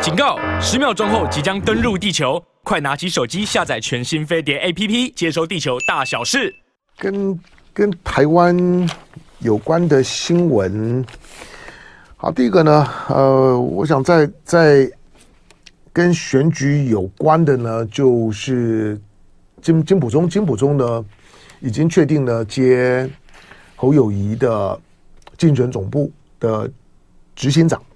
警告！10秒钟后即将登陆地球，快拿起手机下载全新飞碟 APP， 接收地球大小事。 跟台湾有关的新闻，好，第一个呢，我想在跟选举有关的呢，就是金溥中呢已经确定了接侯友宜的竞选总部的执行长。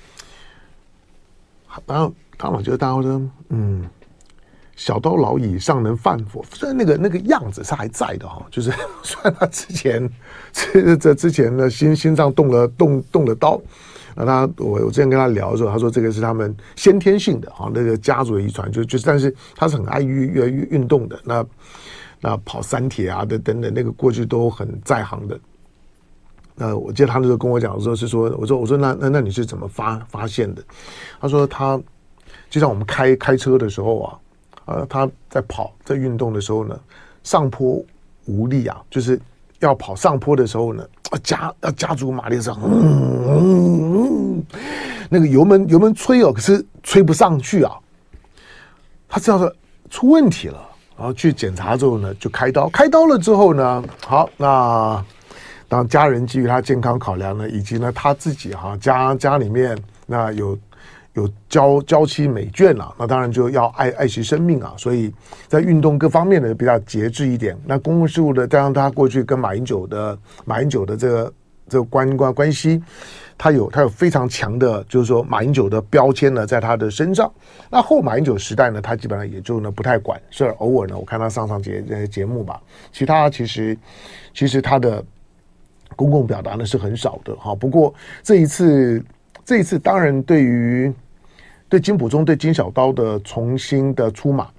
当然，我觉得大家说，小刀老矣，尚能饭否？虽然那个样子是还在的哈，就是虽然他之前呢心脏动了刀，我之前跟他聊的时候，他说这个是他们先天性的哈，那个家族的遗传，但是他是很爱运动的，那跑三铁啊等等，那个过去都很在行的。我记得他那时候跟我讲的时候是说，我说那你是怎么发现的？他说他就像我们开车的时候啊，他在运动的时候呢，上坡无力啊，就是要跑上坡的时候呢，要加足马力的时候，那个油门吹可是吹不上去啊，他知道说出问题了，然后去检查之后呢，就开刀了之后呢，好那。当家人基于他健康考量呢，以及呢他自己家里面那有娇妻美眷啊，那当然就要爱惜生命啊，所以在运动各方面呢比较节制一点。那公共事务的，加上他过去跟马英九的这个关系，他有非常强的，就是说马英九的标签呢在他的身上。那后马英九时代呢，他基本上也就呢不太管事儿，偶尔呢我看他上节目吧，其他其实他的公共表达呢是很少的哈，不过这一次当然对金溥中对金小刀的重新的出马，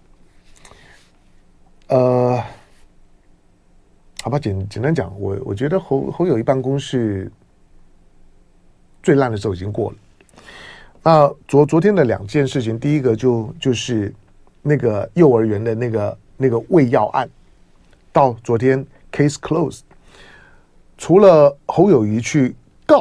好吧，简单讲，我觉得侯友宜办公室最烂的时候已经过了。那昨天的2件事情，第一个就是那个幼儿园的那个喂药案，到昨天 case closed。除了侯友宜去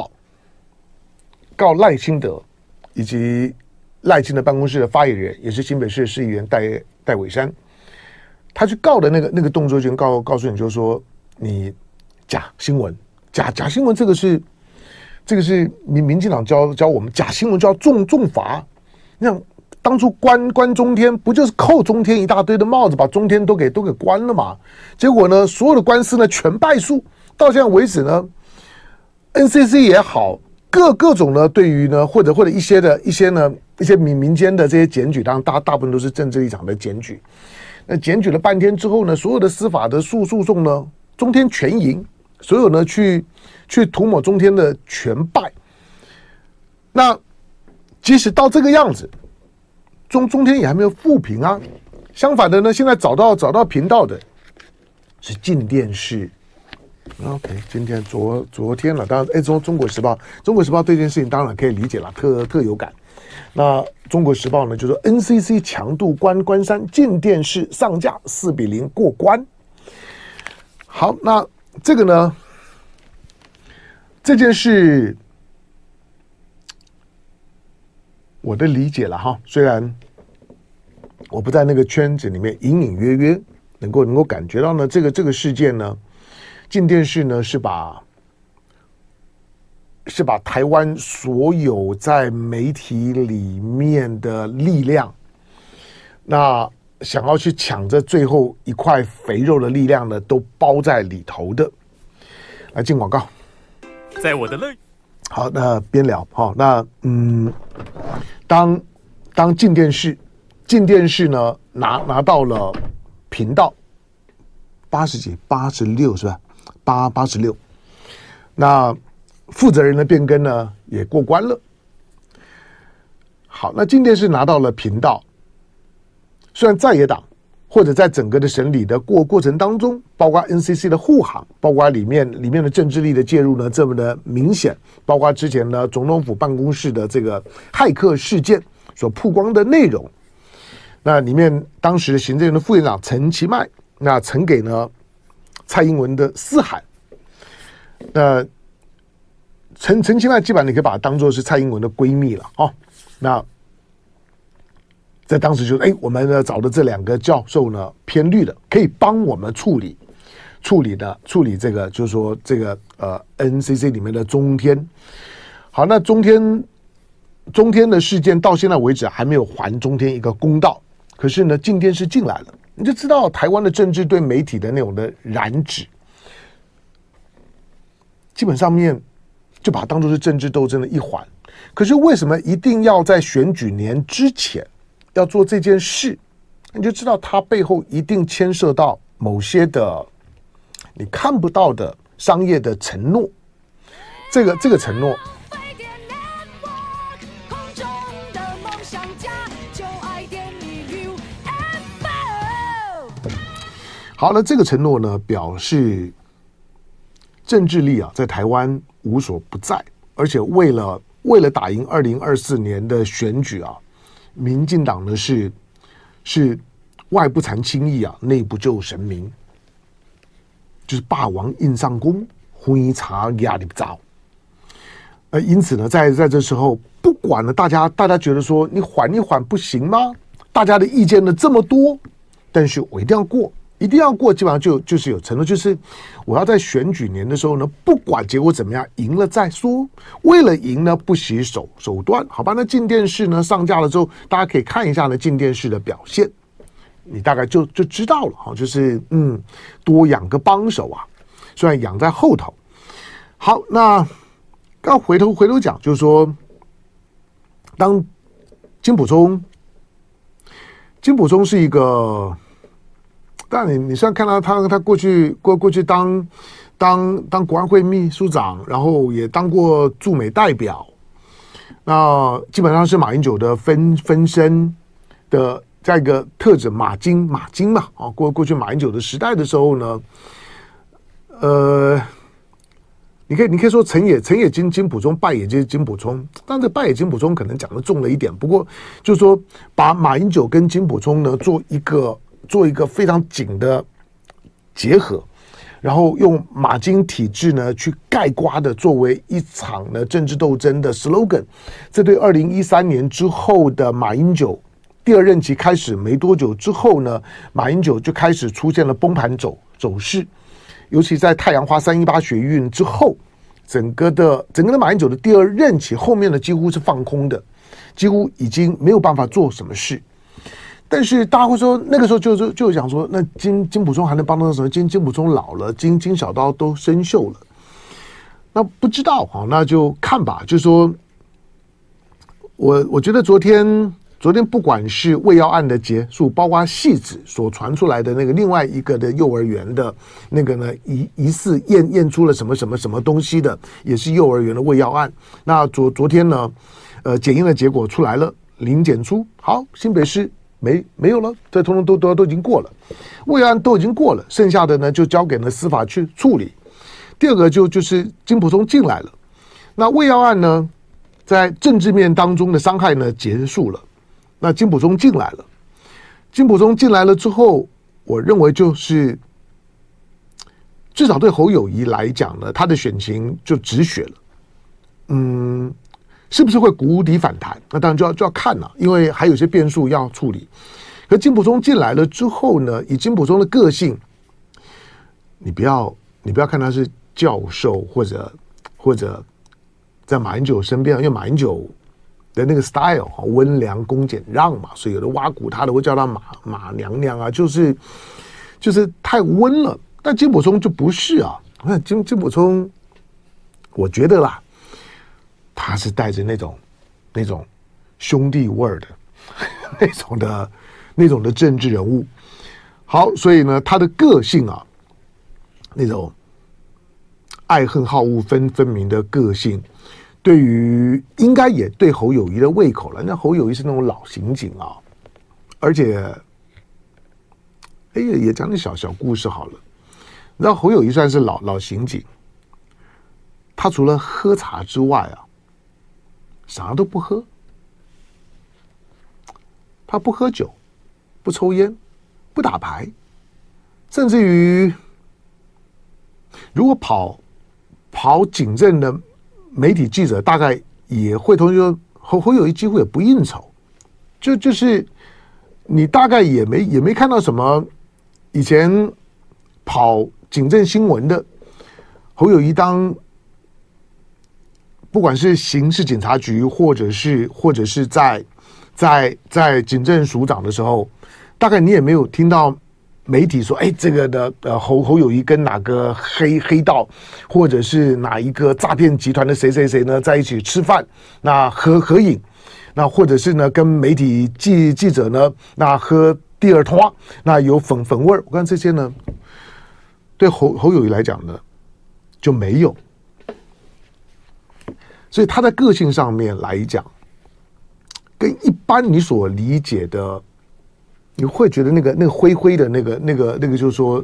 告赖清德，以及赖清德办公室的发言人，也是新北市市议员戴伟山，他去告的那个动作，就告诉你，就是说你假新闻，假新闻，这个是民进党教我们，假新闻就要重罚。那当初关中天，不就是扣中天一大堆的帽子，把中天都给关了嘛？结果呢，所有的官司呢全败诉。到现在为止呢 ，NCC 也好，各种呢，对于呢，或者一些民间的这些检举，当然大部分都是政治立场的检举。那检举了半天之后呢，所有的司法的诉讼呢，中天全赢，所有呢去涂抹中天的全败。那即使到这个样子，中天也还没有复评啊。相反的呢，现在找到频道的是静电视。OK， 今天昨天了，当然，中国时报对这件事情当然可以理解了，特有感。那中国时报呢，就说 NCC 强度关山，静电视上架4-0过关。好，那这个呢，这件事我的理解了哈，虽然我不在那个圈子里面，隐隐约约能够感觉到呢，这个事件呢。静电视呢是把台湾所有在媒体里面的力量，那想要去抢这最后一块肥肉的力量呢，都包在里头的。来进广告， 在我的乐。 好，那边聊好，那当静电视呢拿到了频道86是吧？86，那负责人的变更呢也过关了。好，那静电视拿到了频道，虽然在野党或者在整个的审理的过程当中，包括 NCC 的护航，包括里面的政治力的介入呢这么的明显，包括之前呢总统府办公室的这个骇客事件所曝光的内容，那里面当时行政院的副院长陈其迈，那曾给呢蔡英文的私函，那陈其迈基本上你可以把它当作是蔡英文的闺蜜了哦。那在当时就我们呢找的这2个教授呢偏绿的，可以帮我们处理这个，就是说这个NCC 里面的中天。好，那中天的事件到现在为止还没有还中天一个公道，可是呢，进电视进来了，你就知道台湾的政治对媒体的那种的染指，基本上面就把它当作是政治斗争的一环。可是为什么一定要在选举年之前要做这件事？你就知道它背后一定牵涉到某些的你看不到的商业的承诺。这个承诺，好了，这个承诺呢，表示政治力在台湾无所不在，而且为了打赢2024年的选举民进党呢是外不残轻易内不救神明，就是霸王硬上弓，昏茶压力不着。因此呢，在这时候，不管呢，大家觉得说你缓一缓不行吗？大家的意见呢这么多，但是我一定要过。基本上就是有承诺，就是我要在选举年的时候呢，不管结果怎么样，赢了再说。为了赢呢，不惜手段，好吧？那进电视呢上架了之后，大家可以看一下呢进电视的表现，你大概就知道了就是多养个帮手虽然养在后头。好，那刚回头讲，就是说，当金溥聪是一个。但你虽然看到他过去当国安会秘书长，然后也当过驻美代表，那基本上是马英九的分身的这一个特指马金嘛过去马英九的时代的时候呢，你可以说成也金溥聪，败也金溥聪，但这败也金溥聪可能讲的重了一点，不过就是说把马英九跟金溥聪呢做一个非常紧的结合，然后用马金体制呢去概括的作为一场呢政治斗争的 slogan， 这对2013年之后的马英九第2任期开始没多久之后呢，马英九就开始出现了崩盘走势，尤其在太阳花318学运之后，整个的马英九的第2任期后面呢几乎是放空的，几乎已经没有办法做什么事。但是大家会说，那个时候就想说，那金溥聪还能帮到什么？金溥聪老了，金小刀都生锈了，那不知道那就看吧。就是说，我觉得昨天不管是卫药案的结束，包括戏子所传出来的那个另外一个的幼儿园的那个呢，疑似验出了什么东西的，也是幼儿园的卫药案。那昨天呢，检验的结果出来了，零检出，好，新北市。没有了，这通通都已经过了，卫案都已经过了，剩下的呢就交给了司法去处理。第二个就是金溥聪进来了，那卫药案呢，在政治面当中的伤害呢结束了，那金溥聪进来了之后，我认为就是至少对侯友宜来讲呢，他的选情就止血了，是不是会谷底反弹？那当然就要看了，因为还有些变数要处理。可金溥聪进来了之后呢，以金溥聪的个性，你不要看他是教授或者在马英九身边，因为马英九的那个 style 温良恭俭让嘛，所以有的挖苦他的会叫他马娘娘就是太温了。但金溥聪就不是金溥聪，我觉得啦。他是带着那种兄弟味儿的那种的政治人物。好，所以呢，他的个性那种爱恨好恶分明的个性，对于应该也对侯友宜的胃口了。那侯友宜是那种老刑警而且也讲点小故事好了。你知道侯友宜算是老刑警，他除了喝茶之外啥都不喝，他不喝酒，不抽烟，不打牌，甚至于如果跑警政的媒体记者，大概也会同意说侯友宜几乎也不应酬，就是你大概也没看到什么以前跑警政新闻的侯友宜当，不管是刑事警察局或者是在警政署长的时候，大概你也没有听到媒体说，哎，这个的侯友宜跟哪个黑道或者是哪一个诈骗集团的谁呢在一起吃饭，那合影，那或者是呢跟媒体记者呢那喝第二通，那有粉味儿。我看这些呢，对侯友宜来讲呢就没有，所以他在个性上面来讲，跟一般你所理解的。你会觉得那个灰的那个就是说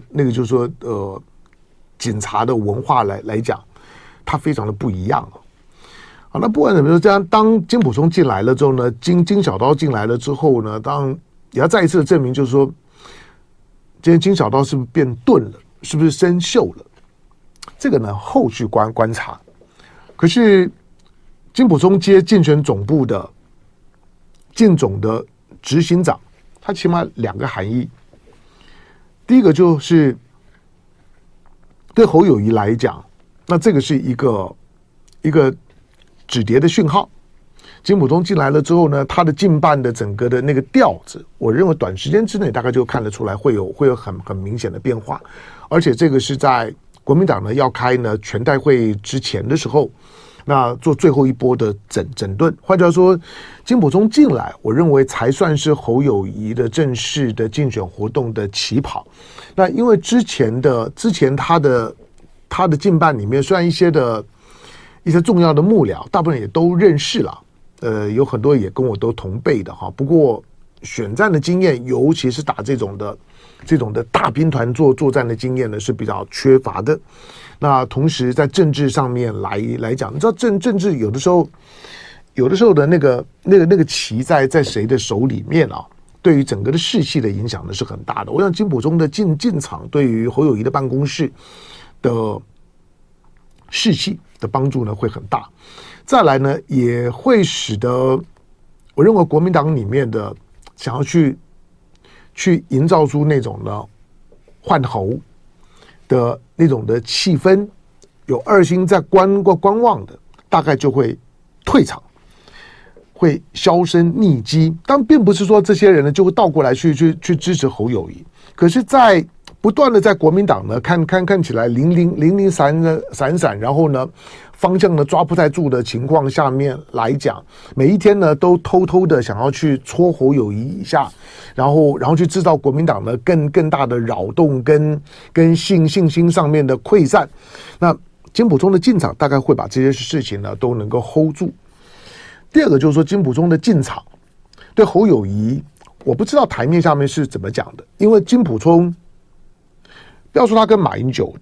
警察的文化来讲，它非常的不一样啊。好，那不管怎么说，这样当金溥聪进来了之后呢，金小刀进来了之后呢，当也要再一次的证明，就是说，今天金小刀是不是变钝了，是不是生锈了？这个呢，后续观察。可是金溥聪接竞选总部的竞总的执行长。它起码2个含义，第一个就是对侯友宜来讲，那这个是一个止跌的讯号。金溥聪进来了之后呢，他的近办的整个的那个调子，我认为短时间之内大概就看得出来会有很明显的变化，而且这个是在国民党呢要开呢全代会之前的时候。那做最后一波的整顿，换句话说，金溥聪进来，我认为才算是侯友宜的正式的竞选活动的起跑。那因为之前他的竞办里面，虽然一些重要的幕僚，大部分也都认识了，有很多也跟我都同辈的哈。不过选战的经验，尤其是打这种的大兵团作战的经验呢，是比较缺乏的。那同时在政治上面来讲，你知道政治有的时候的那个棋在谁的手里面啊，对于整个的士气的影响呢是很大的。我想金溥聪的进场对于侯友宜的办公室的士气的帮助呢会很大。再来呢，也会使得我认为国民党里面的想要去营造出那种呢换侯的那种的气氛，有二心在观望的，大概就会退场，会销声匿迹。但并不是说这些人呢就会倒过来去支持侯友宜，可是，在不断的在国民党呢看起来零散，然后呢方向呢抓不太住的情况下面来讲，每一天呢都偷偷的想要去戳侯友宜一下，然后去制造国民党呢更大的扰动跟信心上面的溃散。那金溥聪的进场大概会把这些事情呢都能够 hold 住。第二个就是说金溥聪的进场对侯友宜，我不知道台面下面是怎么讲的，因为金溥聪不要说他跟马英九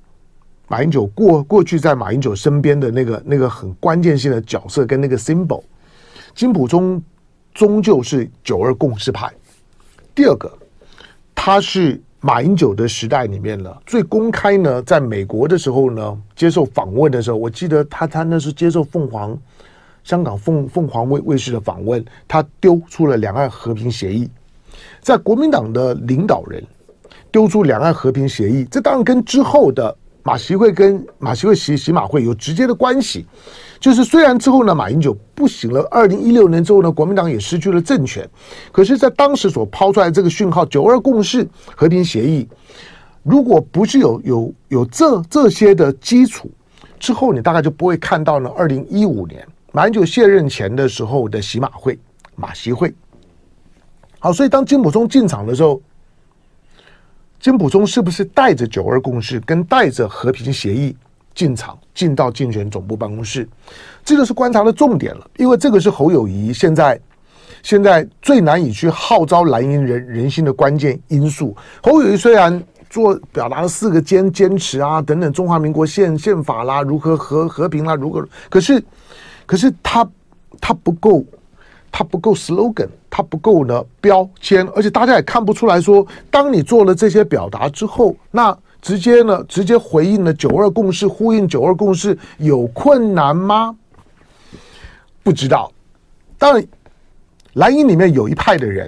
过去在马英九身边的那个很关键性的角色跟那个 symbol， 金溥聪终究是9·2共识派。第二个，他是马英九的时代里面呢最公开呢，在美国的时候呢接受访问的时候，我记得他那是接受香港凤凰卫视的访问，他丢出了两岸和平协议，在国民党的领导人丢出两岸和平协议，这当然跟之后的马习会跟习马会有直接的关系。就是虽然之后呢马英九不行了，2016年之后呢国民党也失去了政权，可是在当时所抛出来这个讯号9·2共识和平协议，如果不是有这些的基础之后，你大概就不会看到呢2015年马英九卸任前的时候的马习会。好，所以当金溥聪进场的时候，金溥聪是不是带着9·2共识跟带着和平协议进场，进到竞选总部办公室，这个是观察的重点了。因为这个是侯友宜现在最难以去号召蓝营人心的关键因素。侯友宜虽然表达了4个坚持啊等等，中华民国宪法啦，如何和平啦，如何，可是他不够 slogan， 他不够呢标签，而且大家也看不出来说，当你做了这些表达之后，那直接回应了9·2共识，呼应9·2共识有困难吗？不知道。当然蓝营里面有一派的人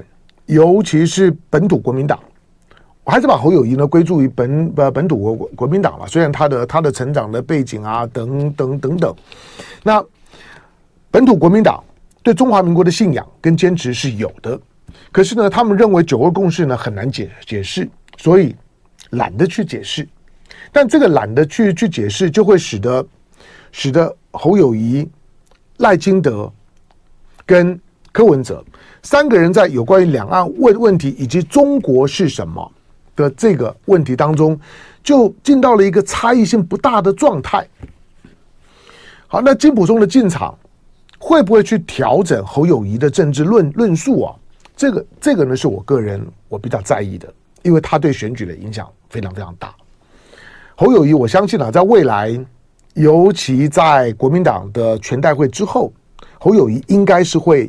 尤其是本土国民党，我还是把侯友宜呢归注于本土国民党了。虽然他的成长的背景啊等等，那本土国民党对中华民国的信仰跟坚持是有的，可是呢，他们认为九二共识呢很难解释，所以懒得去解释。但这个懒得去解释，就会使得侯友宜、赖清德跟柯文哲三个人在有关于两岸问题以及中国是什么的这个问题当中，就进到了一个差异性不大的状态。好，那金溥聪的进场会不会去调整侯友宜的政治论述啊？这个呢是我个人比较在意的，因为他对选举的影响非常非常大。侯友宜，我相信在未来，尤其在国民党的全代会之后，侯友宜应该是会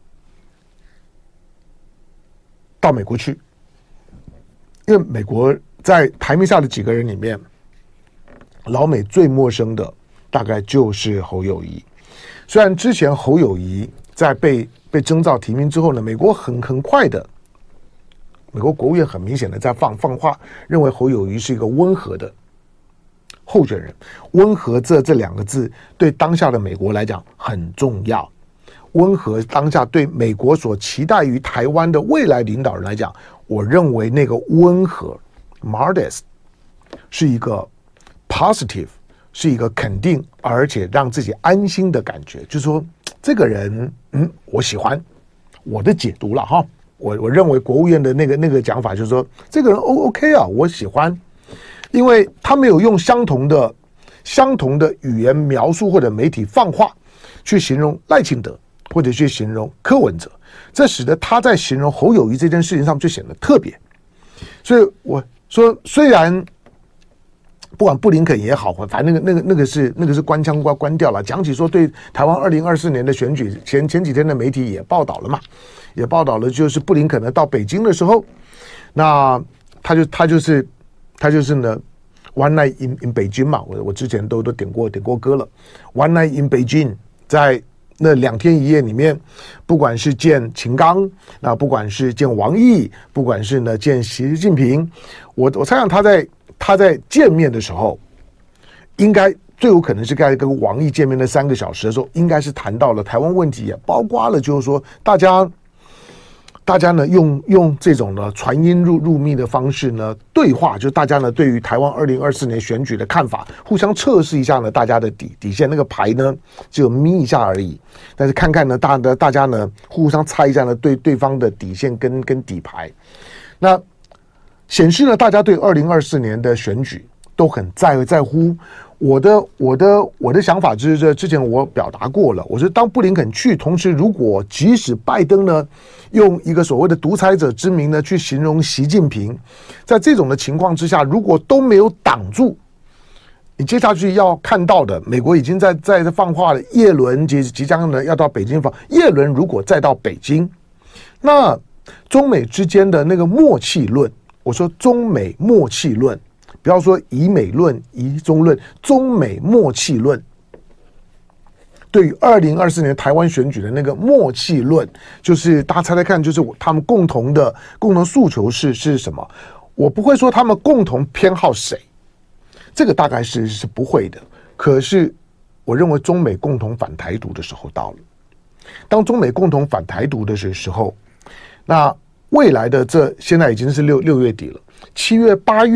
到美国去，因为美国在台面下的几个人里面，老美最陌生的大概就是侯友宜。虽然之前侯友宜在被征召提名之后呢，美国很快的，美国国务院很明显的在放话，认为侯友宜是一个温和的候选人。温和这两个字对当下的美国来讲很重要。温和当下对美国所期待于台湾的未来领导人来讲，我认为那个温和 modest 是一个 positive， 是一个肯定而且让自己安心的感觉，就是说这个人我喜欢，我的解读了哈。我认为国务院的那个讲法就是说，这个人 OK 啊，我喜欢，因为他没有用相同的语言描述或者媒体放话去形容赖清德或者去形容柯文哲，这使得他在形容侯友宜这件事情上就显得特别。所以我说，虽然不管布林肯也好，反正那个是官腔关掉了。讲起说对台湾2024年的选举，前几天的媒体也报道了嘛，也报道了，就是布林肯呢到北京的时候，那他就是呢 One Night in Beijing 嘛，我之前都点过歌了。One Night in Beijing， 在那2天1夜里面，不管是见秦刚，那不管是见王毅，不管是呢见习近平，我猜想他在见面的时候，应该最有可能是在跟王毅见面的3个小时的时候，应该是谈到了台湾问题，也包括了就是说大家呢用这种呢传音入密的方式呢对话，就是大家呢对于台湾2024年选举的看法，互相测试一下呢大家的底线，那个牌呢只有眯一下而已，但是看看呢大家呢互相猜一下呢对方的底线跟底牌，那显示呢大家对2024年的选举都很在乎。我的想法就是这之前我表达过了，我说当布林肯去，同时如果即使拜登呢用一个所谓的独裁者之名呢去形容习近平，在这种的情况之下，如果都没有挡住你接下去要看到的，美国已经在放话了，叶伦即将呢要到北京访，叶伦如果再到北京，那中美之间的那个默契论，我说中美默契论，不要说以美论、以中论，中美默契论对于2024年台湾选举的那个默契论，就是大家猜看，就是他们共同诉求是什么？我不会说他们共同偏好谁，这个大概是不会的。可是我认为中美共同反台独的时候到了。当中美共同反台独的时候，那未来的现在已经是6月底了，7月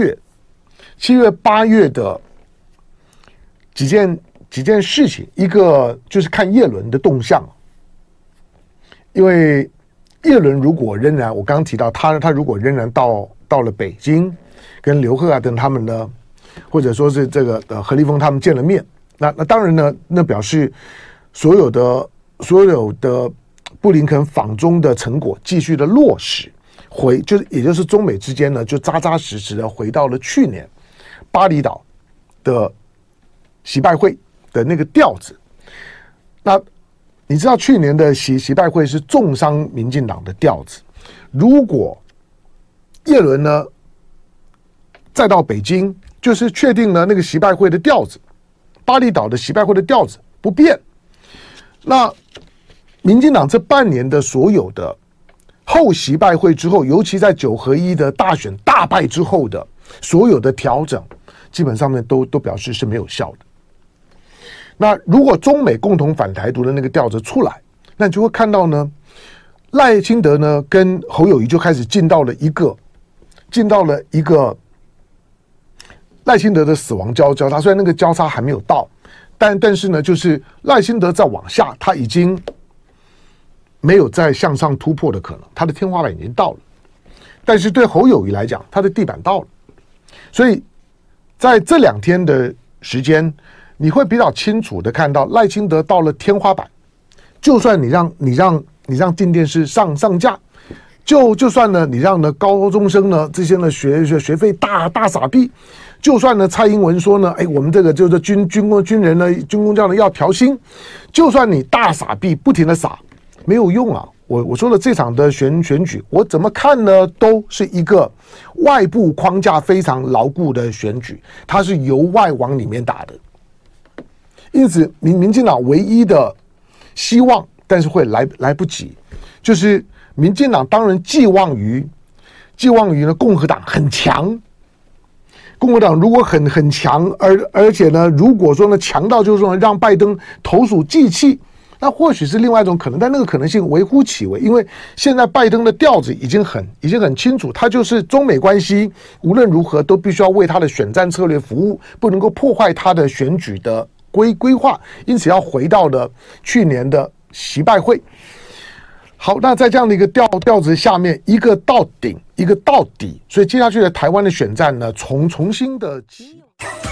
8月的几件事情，一个就是看叶伦的动向，因为叶伦如果仍然，我刚刚提到他如果仍然到了北京，跟刘鹤等他们呢，或者说是这个何立峰他们见了面，那当然呢，那表示所有的布林肯访中的成果继续的落实，也就是中美之间呢就扎实的回到了去年巴厘岛的习拜会的那个调子。那你知道去年的习拜会是重伤民进党的调子，如果叶伦呢再到北京，就是确定了那个习拜会的调子，巴厘岛的习拜会的调子不变，那民进党这半年的所有的后习拜会之后，尤其在9合1的大选大败之后的所有的调整，基本上面都表示是没有效的。那如果中美共同反台独的那个调子出来，那你就会看到呢，赖清德呢跟侯友宜就开始进到了一个赖清德的死亡交叉。虽然那个交叉还没有到，但是呢，就是赖清德再往下，他已经没有再向上突破的可能，他的天花板已经到了。但是对侯友宜来讲，他的地板到了。所以在这2天的时间，你会比较清楚的看到赖清德到了天花板。就算你让进电视上架，就算呢你让呢高中生呢这些呢学费大撒币，就算呢蔡英文说呢，我们这个就是军人呢军公教呢要调薪，就算你大撒币不停的撒，没有用啊。我说了，这场的选举，我怎么看呢，都是一个外部框架非常牢固的选举，它是由外往里面打的。因此，民进党唯一的希望，但是会来不及，就是民进党当然寄望于呢共和党很强。共和党如果很强，而且呢，如果说呢强到就是说让拜登投鼠忌器，那或许是另外一种可能，但那个可能性微乎其微，因为现在拜登的调子已经很清楚，他就是中美关系无论如何都必须要为他的选战策略服务，不能够破坏他的选举的规划，因此要回到了去年的习拜会。好，那在这样的一个调子下面，一个到顶，一个到底，所以接下去的台湾的选战呢，重新的。